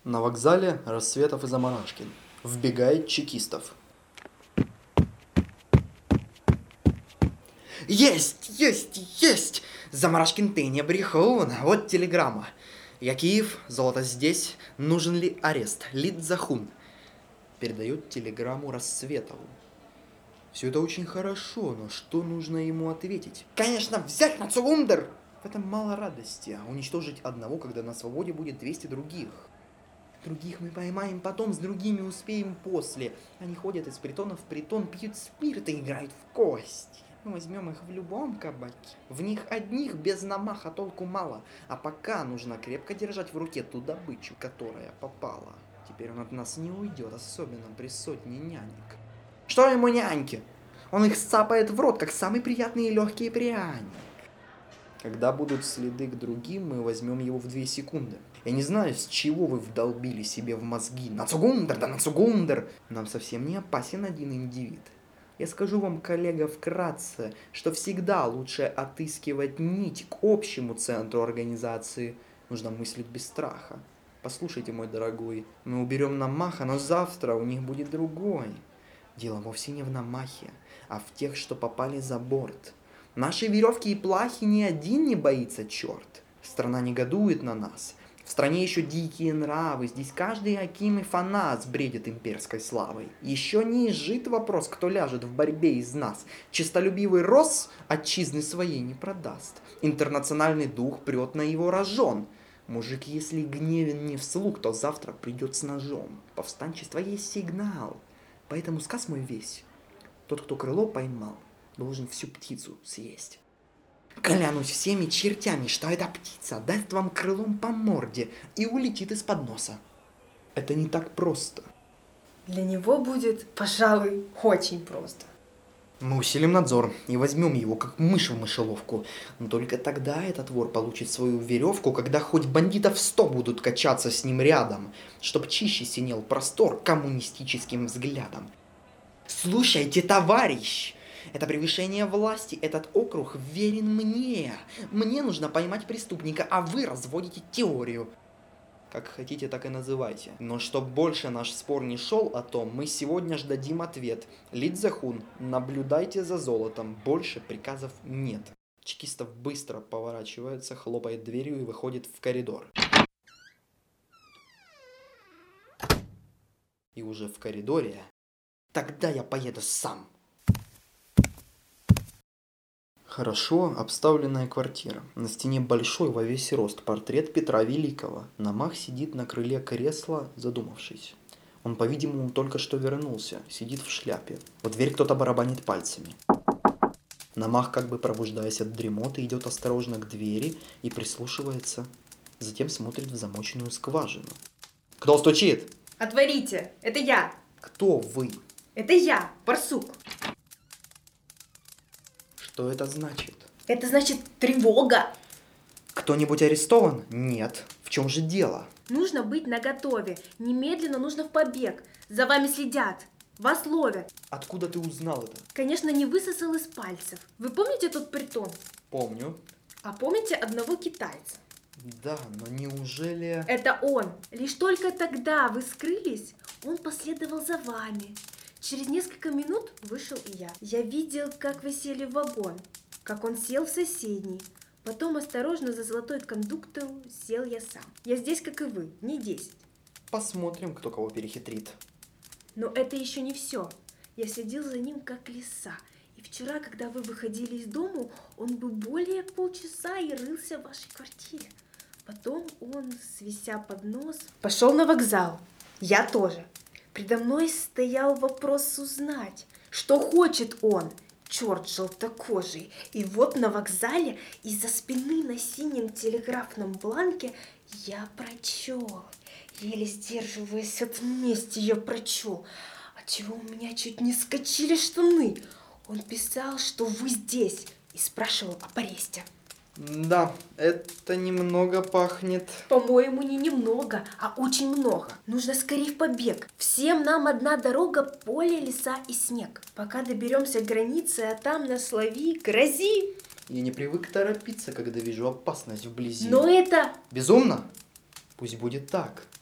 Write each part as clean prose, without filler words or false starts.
На вокзале Рассветов и Замарашкин. Вбегает Чекистов. Есть! Замарашкин, ты не брехун. Вот телеграмма. Я Киев, золото здесь. Нужен ли арест? Лидзахун. Передает телеграмму Рассветову. Все это очень хорошо, но что нужно ему ответить? Конечно, взять на Цугундер! В этом мало радости. Уничтожить одного, когда на свободе будет 200 других. Других мы поймаем потом, с другими успеем после. Они ходят из притона в притон, пьют спирт и играют в кости. Мы возьмем их в любом кабаке. В них одних без намаха толку мало. А пока нужно крепко держать в руке ту добычу, которая попала. Теперь он от нас не уйдет, особенно при сотне нянек. Что ему няньки? Он их сцапает в рот, как самый приятный и легкий пряник. Когда будут следы к другим, мы возьмем его в 2 секунды. Я не знаю, с чего вы вдолбили себе в мозги. Нацугундер, да Нацугундер! Нам совсем не опасен один индивид. Я скажу вам, коллега, вкратце, что всегда лучше отыскивать нить к общему центру организации. Нужно мыслить без страха. Послушайте, мой дорогой, мы уберем намаха, но завтра у них будет другой. Дело вовсе не в намахе, а в тех, что попали за борт. Наши веревки и плахи ни один не боится, черт. Страна негодует на нас. В стране еще дикие нравы. Здесь каждый Аким и Фанас бредит имперской славой. Еще не изжит вопрос, кто ляжет в борьбе из нас. Честолюбивый Рос отчизны своей не продаст. Интернациональный дух прет на его рожон. Мужик, если гневен не вслух, то завтра придет с ножом. Повстанчество есть сигнал. Поэтому сказ мой весь. Тот, кто крыло поймал, должен всю птицу съесть. Клянусь всеми чертями, что эта птица даст вам крылом по морде и улетит из-под носа. Это не так просто. Для него будет, пожалуй, очень просто. Мы усилим надзор и возьмем его, как мышь в мышеловку. Но только тогда этот вор получит свою веревку, когда хоть бандитов 100 будут качаться с ним рядом, чтоб чище синел простор коммунистическим взглядом. Слушайте, товарищ! Это превышение власти, этот округ верен мне. Мне нужно поймать преступника, а вы разводите теорию. Как хотите, так и называйте. Но чтоб больше наш спор не шел о том, мы сегодня ж дадим ответ. Лидзахун, наблюдайте за золотом, больше приказов нет. Чекистов быстро поворачивается, хлопает дверью и выходит в коридор. И уже в коридоре... Тогда я поеду сам. Хорошо обставленная квартира. На стене большой во весь рост портрет Петра Великого. Намах сидит на крыле кресла, задумавшись. Он, по-видимому, только что вернулся, сидит в шляпе. В дверь кто-то барабанит пальцами. Намах, как бы пробуждаясь от дремоты, идет осторожно к двери и прислушивается. Затем смотрит в замоченную скважину. Кто стучит? Отворите, это я. Кто вы? Это я, барсук. Что это значит? Это значит тревога. Кто-нибудь арестован? Нет. В чем же дело? Нужно быть наготове. Немедленно нужно в побег. За вами следят. Вас ловят. Откуда ты узнал это? Конечно, не высосал из пальцев. Вы помните тот притон? Помню. А помните одного китайца? Да, но неужели... Это он. Лишь только тогда вы скрылись, он последовал за вами. Через несколько минут вышел и я. Я видел, как вы сели в вагон, как он сел в соседний. Потом осторожно за золотой кондуктор сел я сам. Я здесь, как и вы, не 10. Посмотрим, кто кого перехитрит. Но это еще не все. Я следил за ним, как лиса. И вчера, когда вы выходили из дому, он бы более полчаса и рылся в вашей квартире. Потом он, свися под нос, пошел на вокзал. Я тоже. Предо мной стоял вопрос узнать, что хочет он, черт желтокожий. И вот на вокзале из-за спины на синем телеграфном бланке я прочел. Еле сдерживаясь от мести, я прочел. Отчего у меня чуть не скочили штаны. Он писал, что вы здесь, и спрашивал об аресте. Да, это немного пахнет... По-моему, не немного, а очень много. Нужно скорее в побег. Всем нам одна дорога, поле, леса и снег. Пока доберемся к границе, а там нас лови, грози. Я не привык торопиться, когда вижу опасность вблизи. Но это... Безумно? Пусть будет так.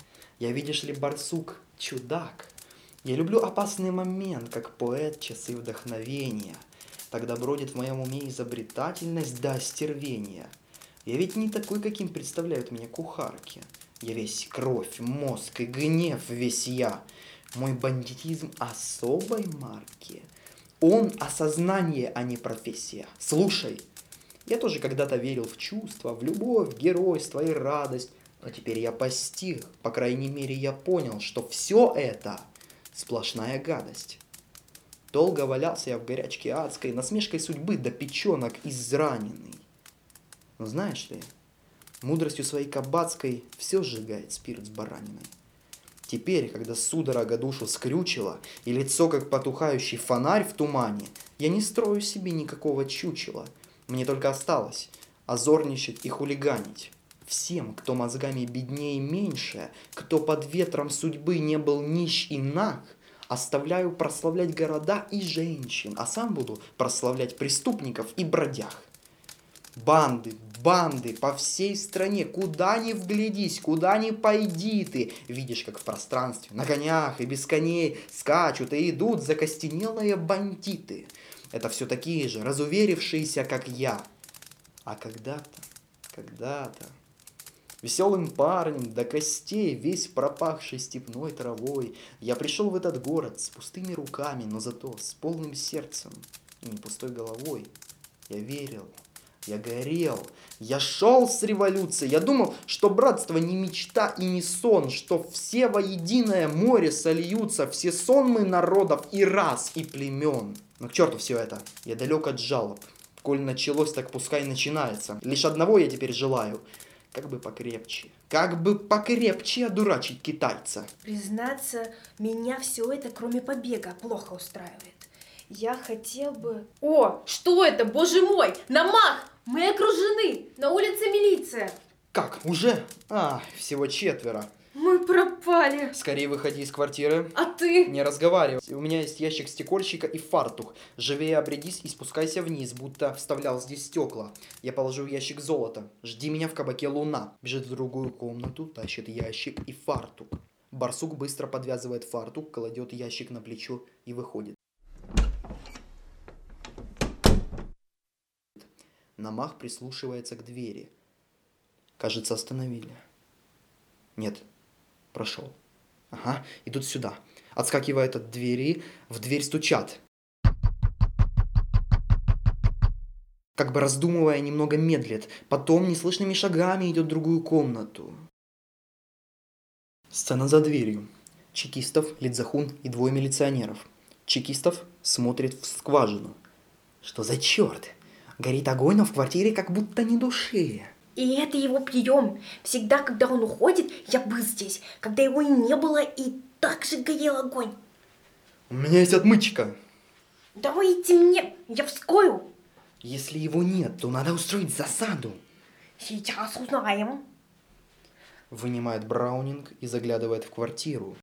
Я, видишь ли, барсук, чудак. Я люблю опасный момент, как поэт часы вдохновения. Тогда бродит в моем уме изобретательность до остервения. Я ведь не такой, каким представляют меня кухарки. Я весь кровь, мозг и гнев весь я. Мой бандитизм особой марки. Он осознание, а не профессия. Слушай, я тоже когда-то верил в чувства, в любовь, геройство и радость. Но теперь я постиг, по крайней мере я понял, что все это сплошная гадость. Долго валялся я в горячке адской, насмешкой судьбы до печенок израненный. Но знаешь ли, мудростью своей кабацкой все сжигает спирт с бараниной. Теперь, когда судорога душу скрючила, и лицо, как потухающий фонарь в тумане, я не строю себе никакого чучела. Мне только осталось озорничать и хулиганить. Всем, кто мозгами беднее и меньше, кто под ветром судьбы не был нищ и наг, оставляю прославлять города и женщин, а сам буду прославлять преступников и бродяг. Банды, банды по всей стране, куда ни вглядись, куда ни пойди ты, видишь, как в пространстве, на конях и без коней скачут и идут закостенелые бандиты. Это все такие же, разуверившиеся, как я. А когда-то, веселым парнем до костей, весь пропахший степной травой, я пришел в этот город с пустыми руками, но зато с полным сердцем и не пустой головой. Я верил, я горел, я шел с революцией, я думал, что братство не мечта и не сон, что все во единое море сольются, все сонмы народов и рас, и племен. Но к черту все это, я далек от жалоб. Коль началось, так пускай начинается. Лишь одного я теперь желаю. Как бы покрепче одурачить китайца. Признаться, меня все это, кроме побега, плохо устраивает. Я хотел бы... О, что это, боже мой, намах! Мы окружены, на улице милиция. Как, уже? Всего 4. Мы пропали. Скорее выходи из квартиры. А ты? Не разговаривай. У меня есть ящик стекольщика и фартук. Живее обрядись и спускайся вниз, будто вставлял здесь стекла. Я положу в ящик золота. Жди меня в кабаке «Луна». Бежит в другую комнату, тащит ящик и фартук. Барсук быстро подвязывает фартук, кладет ящик на плечо и выходит. Намах прислушивается к двери. Кажется, остановили. Нет, прошел. Ага, идут сюда. Отскакивает от двери, в дверь стучат. Как бы раздумывая, немного медлит. Потом неслышными шагами идет в другую комнату. Сцена за дверью. Чекистов, Лидзахун и 2 милиционеров. Чекистов смотрит в скважину. Что за черт? Горит огонь, но в квартире как будто ни души. И это его прием. Всегда, когда он уходит, я был здесь. Когда его и не было, и так же горел огонь. У меня есть отмычка. Давайте мне, я вскрою. Если его нет, то надо устроить засаду. Сейчас узнаем. Вынимает Браунинг и заглядывает в квартиру.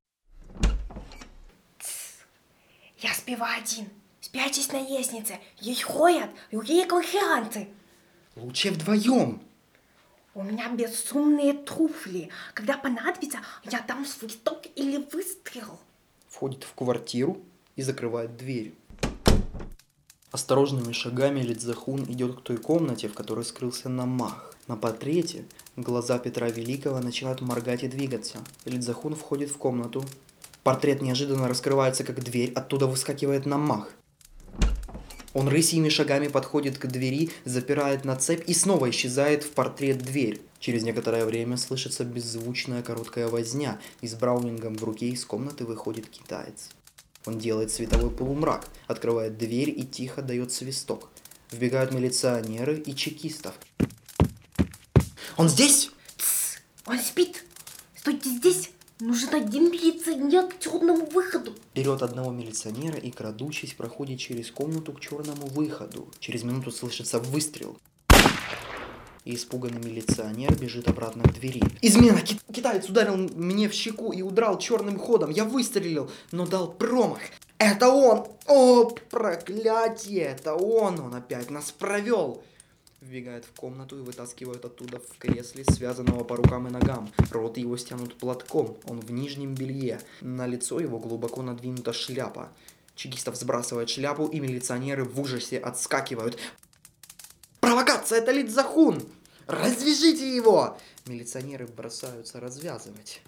Я спеваю один. Спрячьтесь на лестнице. Ей ходят конферанты. Лучше вдвоем. У меня безумные туфли. Когда понадобится, я дам свисток или выстрел. Входит в квартиру и закрывает дверь. Осторожными шагами Лидзахун идет к той комнате, в которой скрылся Намах. На портрете глаза Петра Великого начинают моргать и двигаться. Лидзахун входит в комнату. Портрет неожиданно раскрывается, как дверь, оттуда выскакивает Намах. Он рысьими шагами подходит к двери, запирает на цепь и снова исчезает в портрет дверь. Через некоторое время слышится беззвучная короткая возня, и с Браунингом в руке из комнаты выходит китаец. Он делает световой полумрак, открывает дверь и тихо дает свисток. Вбегают милиционеры и чекистов. Он здесь? Тссс, он спит. Стойте здесь. Нужен один милиционер к черному выходу. Берет одного милиционера и, крадучись, проходит через комнату к черному выходу. Через минуту слышится выстрел. И испуганный милиционер бежит обратно к двери. Измена! Китаец ударил мне в щеку и удрал черным ходом. Я выстрелил, но дал промах. Это он! О, проклятие! Это он! Он опять нас провел! Вбегает в комнату и вытаскивают оттуда в кресле, связанного по рукам и ногам. Рот его стянут платком, он в нижнем белье. На лицо его глубоко надвинута шляпа. Чекистов сбрасывает шляпу, и милиционеры в ужасе отскакивают. «Провокация, это Лид Захун! Развяжите его!» Милиционеры бросаются развязывать.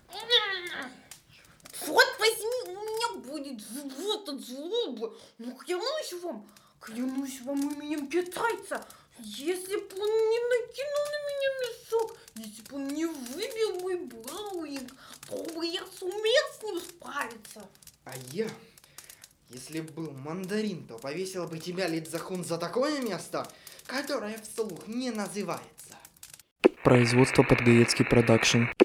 Вот возьми, у меня будет живот от злобы. Ну, клянусь вам именем китайца, если бы он не накинул на меня мешок, если бы он не выбил мой Боинг, то бы я сумел с ним справиться. А я, если б был мандарин, то повесил бы тебя, Лид Захун, за такое место, которое вслух не называется. Производство Подгаецкий продакшн.